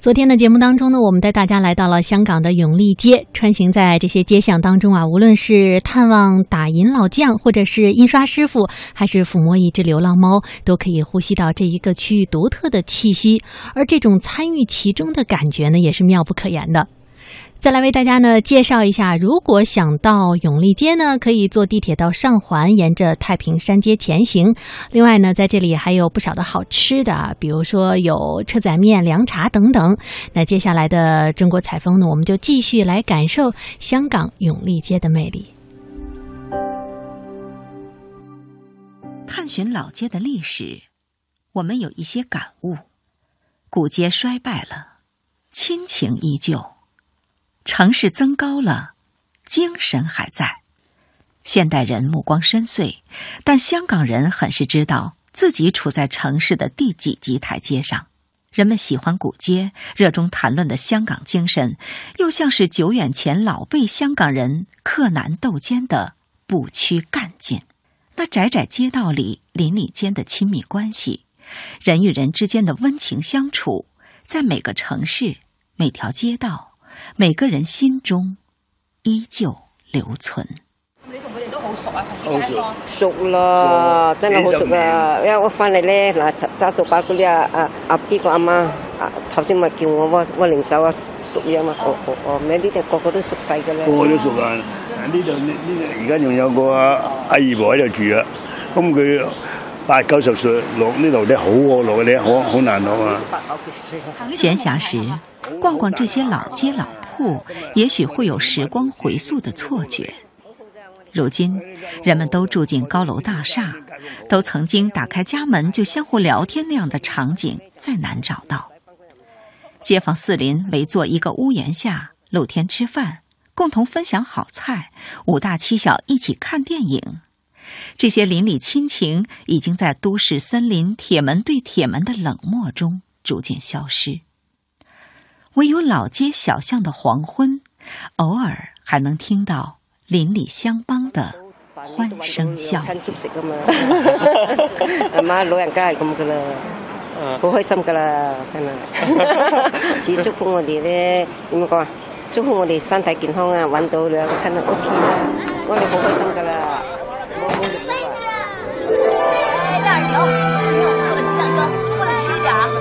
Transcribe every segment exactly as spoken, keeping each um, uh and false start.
昨天的节目当中呢，我们带大家来到了香港的永利街，穿行在这些街巷当中啊，无论是探望打银老将，或者是印刷师傅，还是抚摸一只流浪猫，都可以呼吸到这一个区域独特的气息，而这种参与其中的感觉呢，也是妙不可言的。再来为大家呢介绍一下，如果想到永利街呢，可以坐地铁到上环，沿着太平山街前行。另外呢，在这里还有不少的好吃的，比如说有车仔面、凉茶等等。那接下来的中国采风呢，我们就继续来感受香港永利街的魅力。 探寻老街的历史，我们有一些感悟。古街衰败了，亲情依旧。城市增高了，精神还在。现代人目光深邃，但香港人很是知道自己处在城市的第几级台阶上。人们喜欢古街，热衷谈论的香港精神，又像是久远前老辈香港人克难斗坚的不屈干劲。那窄窄街道里邻里间的亲密关系，人与人之间的温情相处，在每个城市、每条街道、每個人心中依舊留存。 你同佢哋都好熟啊，同啲街坊。 熟啦，真係好熟啊！因為我翻嚟咧，嗱揸掃把嗰啲啊啊阿 B 個阿媽啊，頭先咪叫我屈屈零手啊讀嘢嘛，哦哦哦，咩呢啲個個都熟晒㗎啦。個個都熟啊！呢度呢呢而家仲有個阿姨婆喺度住啊，咁佢八九十歲落呢度啲好惡落嘅，好好難落啊。 閒暇時逛逛这些老街老铺，也许会有时光回溯的错觉。如今人们都住进高楼大厦，都曾经打开家门就相互聊天那样的场景再难找到。街坊四邻围坐一个屋檐下，露天吃饭，共同分享好菜，五大七小一起看电影。这些邻里亲情已经在都市森林铁门对铁门的冷漠中逐渐消失。唯有老街小巷的黄昏，偶爾還能聽到鄰里相幫的歡聲笑。 阿媽老人家係咁噶啦，好開心噶啦，真係。只祝福我哋咧，點講啊？祝福我哋身體健康啊，揾到兩個親人 OK 啦，我哋好開心噶啦。冇冇力啦。 加點油，我的雞蛋羹，多過來吃一點啊。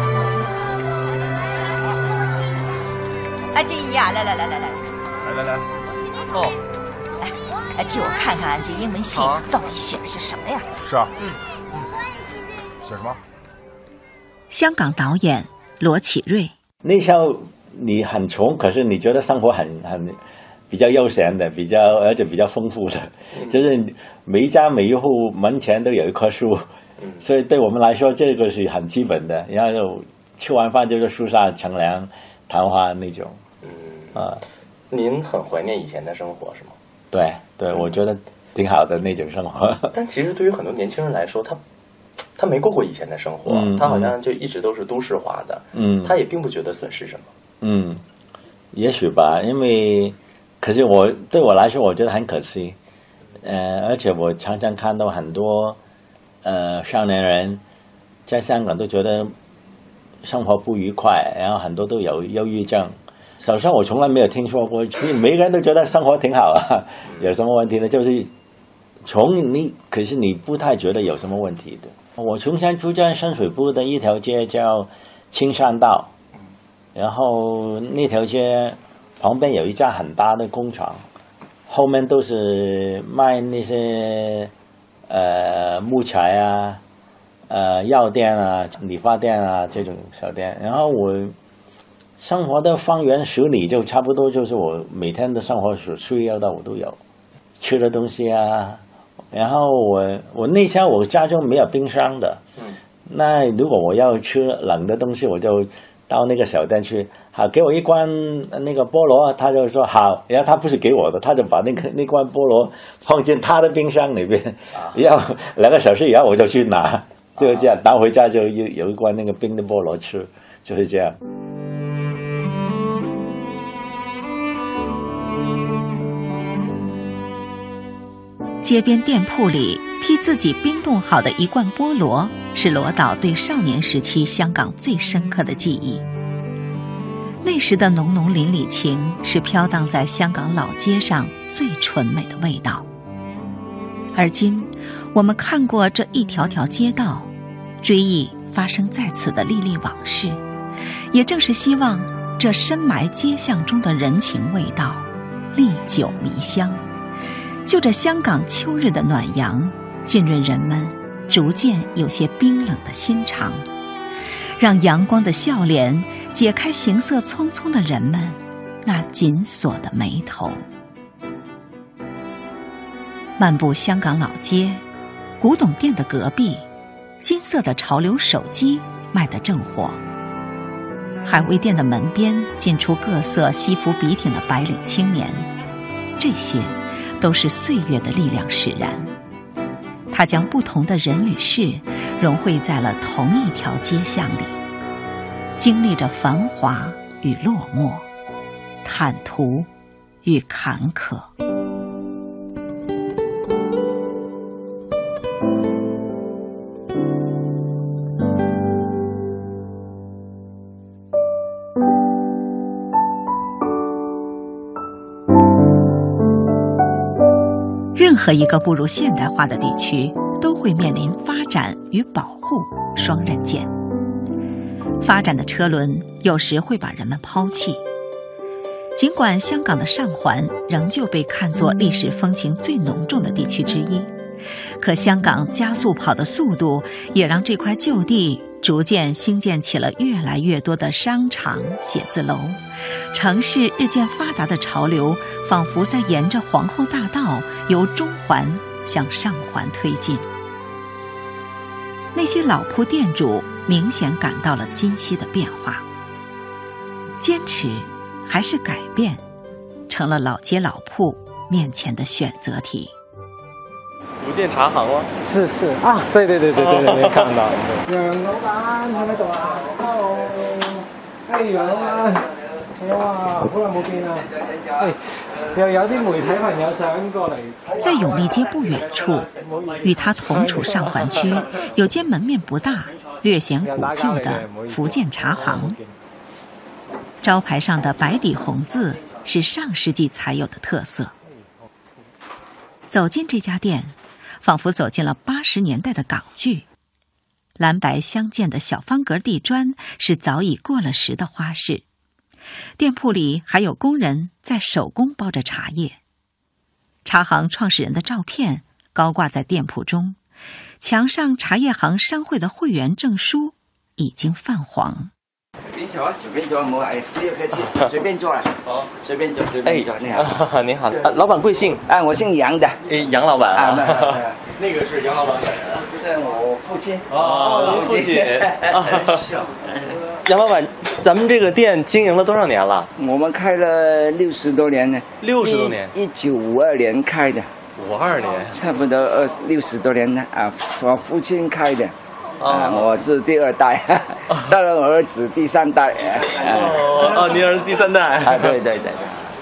哎，金姨啊，来来来来来， 来来来，哦， 来，来替我看看这英文信到底写的是什么呀？ 是啊，嗯嗯，写什么？ 香港导演羅啟銳。 那时候你很穷，可是你觉得生活很很比较悠闲的，比较而且比较丰富的，嗯、就是每一家每一户门前都有一棵树，嗯、所以对我们来说这个是很基本的。然后吃完饭就是树上乘凉谈话那种。嗯啊， 您很怀念以前的生活是吗？ 对对，我觉得挺好的那种生活。 但其实对于很多年轻人来说，他他没过过以前的生活，嗯、他好像就一直都是都市化的，嗯，他也并不觉得损失什么。嗯， 也许吧，因为可是我对我来说，我觉得很可惜。呃，而且我常常看到很多呃少年人在香港都觉得生活不愉快，然后很多都有忧郁症。首先我从来没有听说过，每个人都觉得生活挺好啊，有什么问题呢？就是从你，可是你不太觉得有什么问题的。我从前住在深水埗的一条街叫青山道，然后那条街旁边有一家很大的工厂，后面都是卖那些呃木材啊、呃药店啊、理发店啊这种小店，然后我生活的方圆十里就差不多就是我每天的生活所需要的我都有，吃的东西啊，然后我我那时候我家中没有冰箱的，那如果我要吃冷的东西，我就到那个小店去，好给我一罐那个菠萝，他就说好，然后他不是给我的，他就把那个那罐菠萝放进他的冰箱里边，然后两个小时以后我就去拿，就是这样，拿回家就有有一罐那个冰的菠萝吃，就是这样。 街边店铺里替自己冰冻好的一罐菠萝，是罗导对少年时期香港最深刻的记忆。 那时的浓浓邻里情是飘荡在香港老街上最纯美的味道。而今我们看过这一条条街道，追忆发生在此的历历往事，也正是希望这深埋街巷中的人情味道历久弥香，就着香港秋日的暖阳，浸润人们逐渐有些冰冷的心肠，让阳光的笑脸解开行色匆匆的人们那紧锁的眉头。漫步香港老街，古董店的隔壁，金色的潮流手机卖得正火，海味店的门边进出各色西服笔挺的白领青年，这些都是岁月的力量使然，它将不同的人与事融汇在了同一条街巷里，经历着繁华与落寞，坦途与坎坷。任何一个步入现代化的地区，都会面临发展与保护双刃剑。发展的车轮有时会把人们抛弃。尽管香港的上环仍旧被看作历史风情最浓重的地区之一，可香港加速跑的速度也让这块旧地逐渐兴建起了越来越多的商场、写字楼，城市日渐发达的潮流仿佛在沿着皇后大道由中环向上环推进。那些老铺店主明显感到了今昔的变化，坚持还是改变，成了老街老铺面前的选择题。 福建茶行吗？ 是是啊，对对对对对对，看到。楊老闆喺咪度啊 ？Hello， 哎，楊老闆，有啊，好耐冇見啦。哎，又有啲媒體朋友想過嚟。 在永利街不遠處，與他同處上環區，有間門面不大、略顯古舊的福建茶行。招牌上的白底紅字是上世紀才有的特色。走進這家店，仿佛走進了八十年代的港劇。藍白相間的小方格地磚是早已過了時的花式。店鋪裡還有工人在手工包着茶葉。茶行創始人的照片高掛在店鋪中，牆上茶葉行商會的會員證書已經泛黃。 隨便坐啊，隨便坐，唔好係呢個車，隨便坐啊，好，隨便坐，隨便坐。你好， 您好，啊，老闆貴姓？ 啊，我姓楊的。 誒，楊老闆啊。 啊那個是楊老闆本人。 是我父親。 哦，您父親。楊老闆，咱們這個店經營了多少年了？ 我們開了六十多年了。 六十多年。 一九五二年開的。 五二年。 差不多二六十多年了啊，我父親開的。啊，我是第二代，到了我兒子第三代。 哦哦，您兒子第三代。 啊，對對對。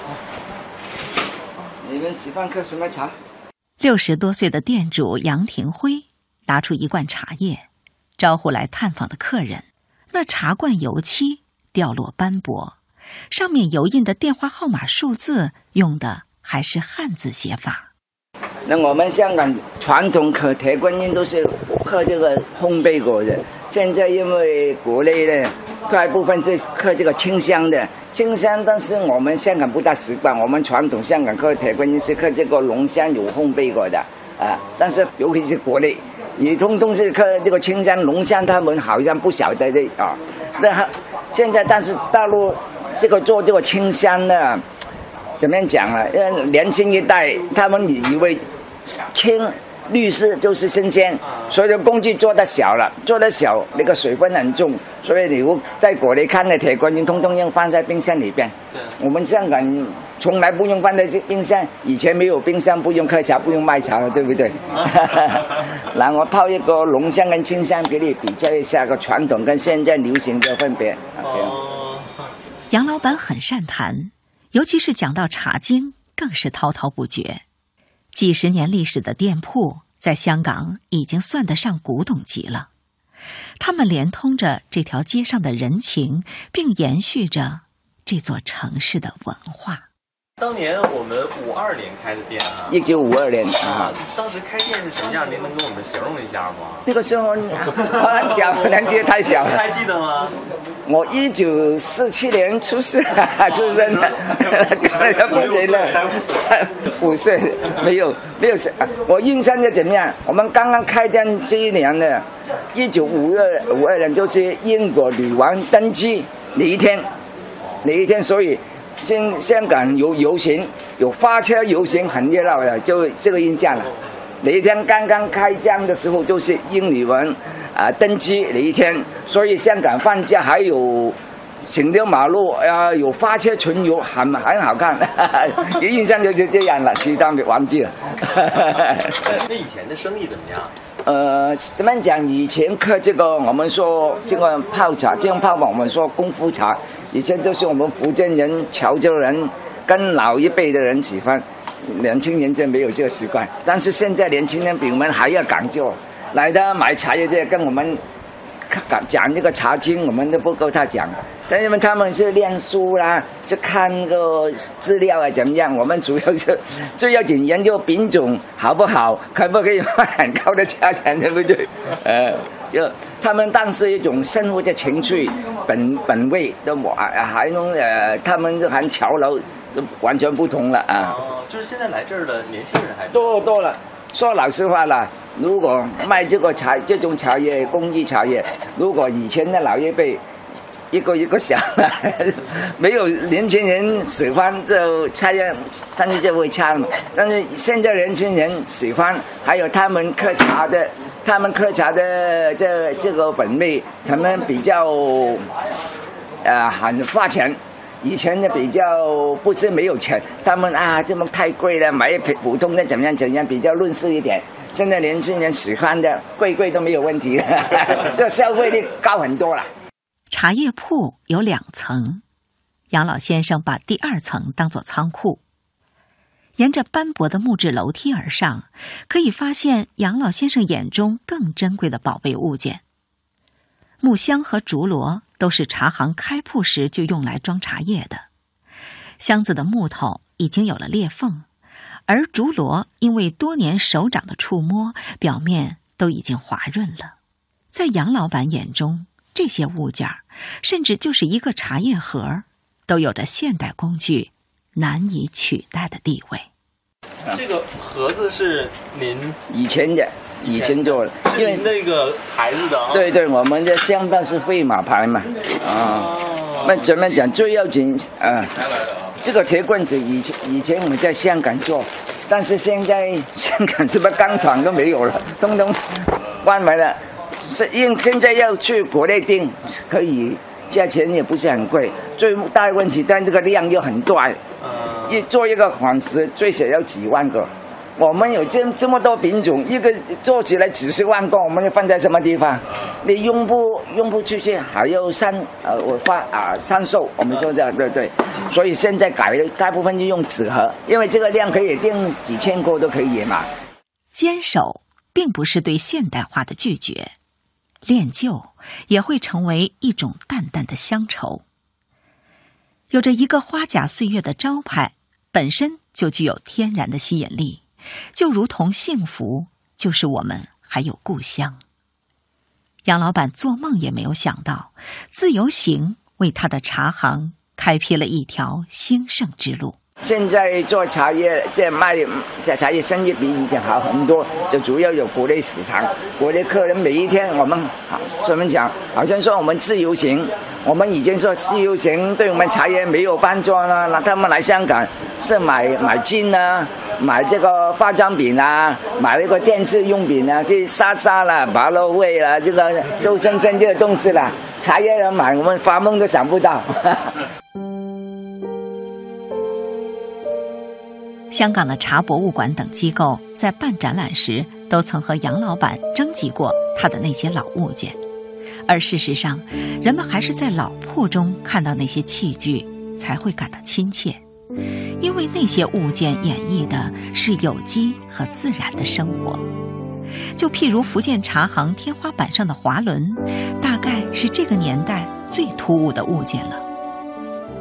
你們喜歡喝什麼茶？ 六十多歲的店主楊廷輝拿出一罐茶葉，招呼來探訪的客人。那茶罐油漆掉落斑駁，上面油印的電話號碼數字用的還是漢字寫法。 那我們香港傳統喝鐵觀音都是喝這個烘焙過的，現在因為國內呢大部分是喝這個清香的，清香，但是我們香港不大習慣，我們傳統香港喝鐵觀音是喝這個濃香有烘焙過的啊，但是尤其是國內，你通通是喝這個清香濃香，他們好像不曉得的啊。那現在但是大陸這個做這個清香呢，怎麼樣講呢？因為年輕一代他們以為清綠色就是新鮮，所以工具做得小了，做得小那個水分很重，所以你在國內看的鐵觀音通通用放在冰箱裏邊。我們香港從來不用放在冰箱，以前沒有冰箱，不用喝茶，不用賣茶的，對不對？來，我泡一個濃香跟清香給你比較一下個傳統跟現在流行的分別。 楊老闆很善談，尤其是講到茶經，更是滔滔不絕。幾十年歷史的店鋪在香港已經算得上古董級了，他們連通着這條街上的人情，並延續着这座城市的文化。 当年我们五二年开的店啊， 一九五二年啊。 当时开店是什么样？您能给我们形容一下吗？ 那个时候很小，年纪太小了。 还记得吗？ 我一九四七年出世，出生的，不行了，才五岁，没有没有。我印象就怎么样？我们刚刚开店这一年呢，一九五二五二年就是英国女王登基那一天，那一天，所以香香港有游行，有花车游行，很热闹的，就这个印象了。那一天刚刚开张的时候，就是英女王啊登基那一天，所以香港放假还有整条马路啊有花车巡游，很很好看。印象就是这样了，其他忘记了。 那以前的生意怎么样？ 呃，怎么讲？以前喝这个，我们说这个泡茶，这种泡法我们说功夫茶，以前就是我们福建人、潮州人跟老一辈的人喜欢。年轻人就没有这个习惯，但是现在年轻人比我们还要讲究，来的买茶叶的跟我们讲这个茶经，我们都不够他讲，但因为他们是念书啦，去看个资料啊怎么样，我们主要是最要紧研究品种好不好，可不可以卖很高的价钱，对不对？呃，就他们当时一种生活的情趣、本本味都还能呃，他们就很潮流。都完全不同了啊！ 哦，就是现在来这儿的年轻人还多多了。说老实话了，如果卖这个茶这种茶叶工艺茶叶，如果以前的老一辈一个一个想，没有年轻人喜欢，就茶叶生意就会差嘛。但是现在年轻人喜欢，还有他们喝茶的，他们喝茶的这这个本味，他们比较呃很花钱。以前的比较不是没有钱，他们啊这么太贵了，买普通的怎么样怎样比较论事一点。现在年轻人喜欢的贵贵都没有问题，这消费力高很多了。 茶叶铺有两层，杨老先生把第二层当作仓库。沿着斑驳的木质楼梯而上，可以发现杨老先生眼中更珍贵的宝贝物件。木箱和竹箩都是茶行开铺时就用来装茶叶的，箱子的木头已经有了裂缝，而竹箩因为多年手掌的触摸，表面都已经滑润了。在杨老板眼中，这些物件甚至就是一个茶叶盒，都有着现代工具难以取代的地位。 这个盒子是您以前的以前做的， 因为那个牌子的、哦。 对对，我们的香槟是飞马牌嘛，啊，那怎么讲最要紧啊？这个铁棍子以前以前我们在香港做，但是现在香港什么钢厂都没有了，通通关门了。是因现在要去国内订，可以价钱也不是很贵，最大的问题但这个量又很大，一做一个款式最少要几万个。我们有这这么多品种，一个做起来几十万个，我们要放在什么地方？你用不用不出去，还要三呃我发啊三售，我们说这样对对。所以现在改了，大部分就用纸盒，因为这个量可以订几千个都可以嘛。 坚守并不是对现代化的拒绝，恋旧也会成为一种淡淡的乡愁。有着一个花甲岁月的招牌，本身就具有天然的吸引力。就如同幸福就是我们还有故乡。杨老板做梦也没有想到，自由行为他的茶行开辟了一条兴盛之路。 现在做茶叶，这卖这茶叶生意比以前好很多，就主要有国内市场，国内客人每一天我们怎么讲？好像说我们自由行，我们以前说自由行对我们茶叶没有帮助啦，那他们来香港是买买金啊，买这个化妆品啊，买那个电视用品啊，去莎莎啦、百乐汇啦，这个周生生这个东西啦，茶叶人买我们发梦都想不到。 香港的茶博物馆等机构在办展览时，都曾和杨老板征集过他的那些老物件。而事实上，人们还是在老铺中看到那些器具，才会感到亲切，因为那些物件演绎的是有机和自然的生活。就譬如福建茶行天花板上的华轮，大概是这个年代最突兀的物件了。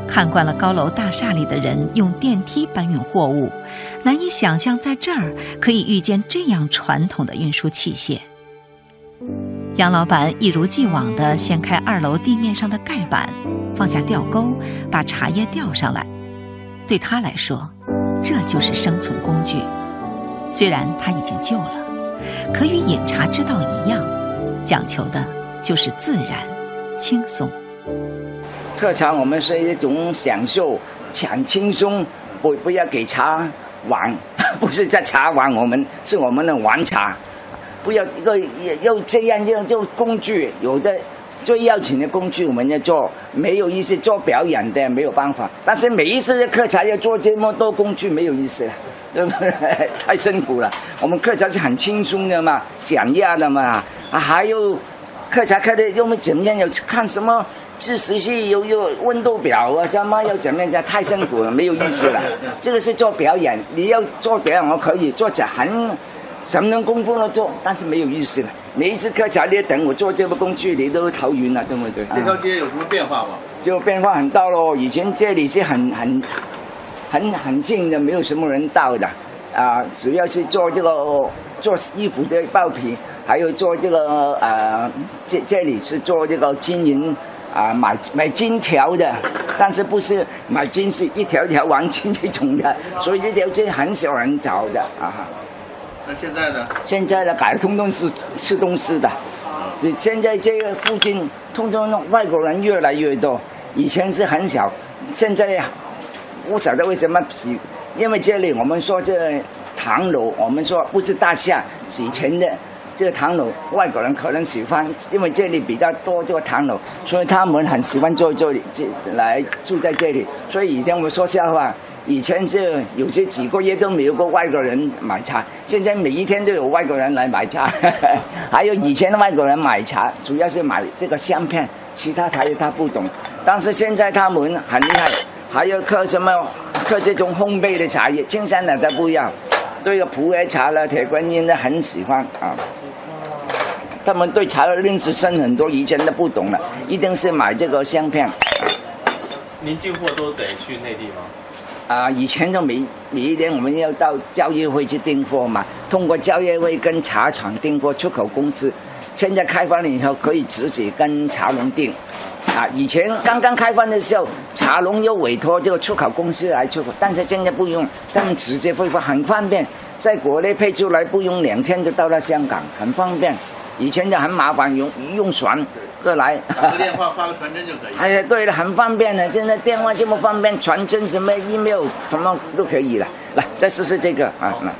看惯了高楼大厦里的人用电梯搬运货物，难以想象在这儿可以遇见这样传统的运输器械。杨老板一如既往地掀开二楼地面上的盖板，放下吊钩，把茶叶吊上来。对他来说，这就是生存工具。虽然他已经旧了，可与饮茶之道一样，讲求的就是自然、轻松。 喝茶我们是一种享受，很轻松，不不要给茶玩，不是在茶玩，我们是我们的玩茶，不要一个又这样又就工具，有的最要紧的工具我们要做，没有意思做表演的没有办法，但是每一次喝茶要做这么多工具没有意思了，对不对？太辛苦了。我们喝茶是很轻松的嘛，讲价的嘛，啊还有喝茶喝的又没怎么样，有看什么计时器，有有温度表啊，什么要怎么样，太辛苦了，没有意思了。这个是做表演，你要做表演我可以做着很什么功夫都做，但是没有意思了。每一次喝茶你等我做这个工具，你都头晕了，对不对？ 这条街有什么变化吗？ 就变化很大咯。以前这里是很很很很静的，没有什么人到的啊，主要是做这个做衣服的包皮，还有做这个呃，这这里是做这个金银啊，买买金条的，但是不是买金是一条条黄金这种的，所以这条街很少人找的啊。 那现在呢？ 现在的改通通是吃东西的，现在这个附近通通外国人越来越多，以前是很少，现在不晓得为什么，因为这里我们说这唐楼，我们说不是大厦，以前的这个唐楼，外国人可能喜欢，因为这里比较多这个唐楼，所以他们很喜欢做这里这来住在这里，所以以前我们说笑话。以前是有些几个月都没有个外国人买茶，现在每一天都有外国人来买茶。还有以前的外国人买茶，主要是买这个香片，其他茶叶他不懂。但是现在他们很厉害，还有喝什么喝这种烘焙的茶叶，青山的都不要。对个普洱茶了、铁观音的很喜欢啊。他们对茶的认识深很多，以前都不懂了，一定是买这个香片。 您进货都得去内地吗？ 啊，以前就每每一年我们要到交易会去订货嘛，通过交易会跟茶厂订货，出口公司现在开放了以后可以直接跟茶农订。啊，以前刚刚开放的时候，茶农要委托这个出口公司来出口，但是现在不用，他们直接恢复，很方便，在国内配出来不用两天就到了香港，很方便。以前就很麻烦，用用船过来， 打个电话发个传真就可以。 哎呀，对了，很方便的，现在电话这么方便，传真什么 email 什么都可以了。来，再试试这个啊，来。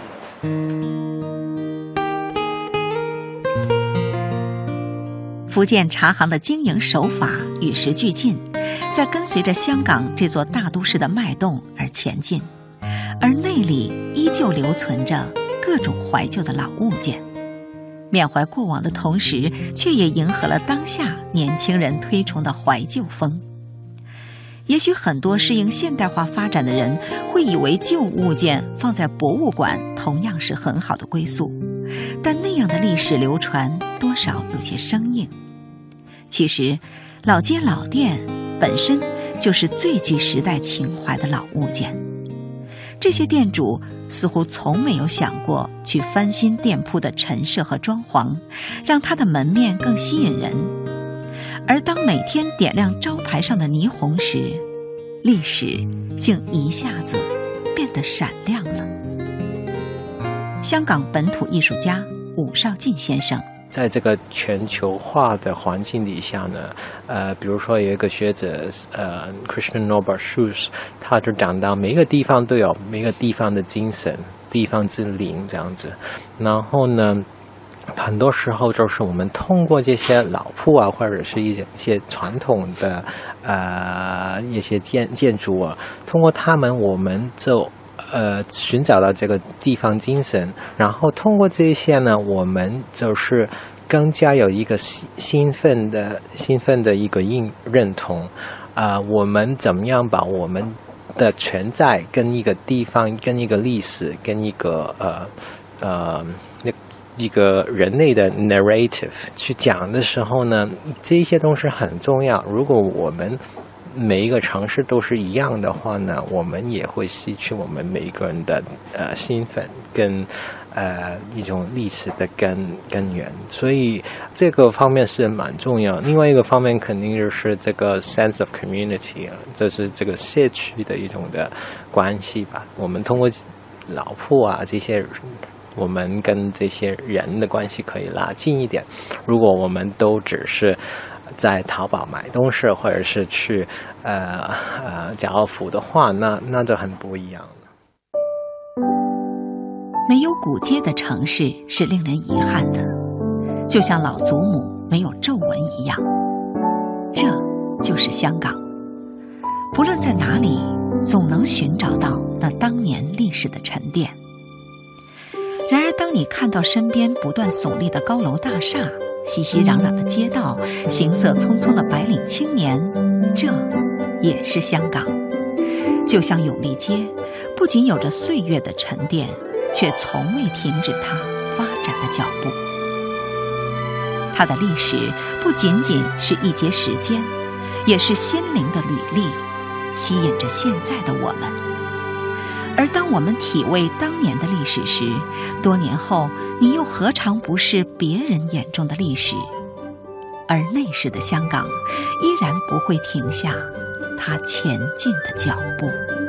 福建茶行的经营手法与时俱进，在跟随着香港这座大都市的脉动而前进，而内里依旧留存着各种怀旧的老物件。缅怀过往的同时，却也迎合了当下年轻人推崇的怀旧风。也许很多适应现代化发展的人会以为旧物件放在博物馆同样是很好的归宿，但那样的历史流传多少有些生硬。其实老街老店本身就是最具时代情怀的老物件，这些店主似乎从没有想过去翻新店铺的陈设和装潢，让它的门面更吸引人。而当每天点亮招牌上的霓虹时，历史竟一下子变得闪亮了。香港本土艺术家伍绍进先生， 在这个全球化的环境底下呢，呃，比如说有一个学者，呃 ，Christian Norbert Schuss， 他就讲到每一个地方都有每一个地方的精神，地方之灵这样子。然后呢，很多时候就是我们通过这些老铺啊，或者是一些一些传统的呃一些建建筑啊，通过他们我们就呃寻找到这个地方精神，然后通过这些呢，我们就是更加有一个兴奋的兴奋的一个认认同啊、呃，我们怎么样把我们的存在跟一个地方、跟一个历史、跟一个呃呃那。一个人类的 narrative 去讲的时候呢，这些东西很重要。如果我们每一个城市都是一样的话呢，我们也会失去我们每一个人的呃身份跟呃一种历史的根根源，所以这个方面是蛮重要。另外一个方面肯定就是这个 sense of community 啊，这是这个社区的一种的关系吧。我们通过老铺啊这些，我们跟这些人的关系可以拉近一点。如果我们都只是在淘宝买东西，或者是去呃呃家乐福的话，那那就很不一样了。 没有古街的城市是令人遗憾的，就像老祖母没有皱纹一样。这就是香港，不论在哪里，总能寻找到那当年历史的沉淀。然而，当你看到身边不断耸立的高楼大厦，熙熙攘攘的街道，行色匆匆的白领青年，这也是香港。就像永利街，不仅有着岁月的沉淀，却从未停止它发展的脚步。它的历史不仅仅是一节时间，也是心灵的履历，吸引着现在的我们。而当我们体味当年的历史时，多年后你又何尝不是别人眼中的历史？而那时的香港依然不会停下它前进的脚步。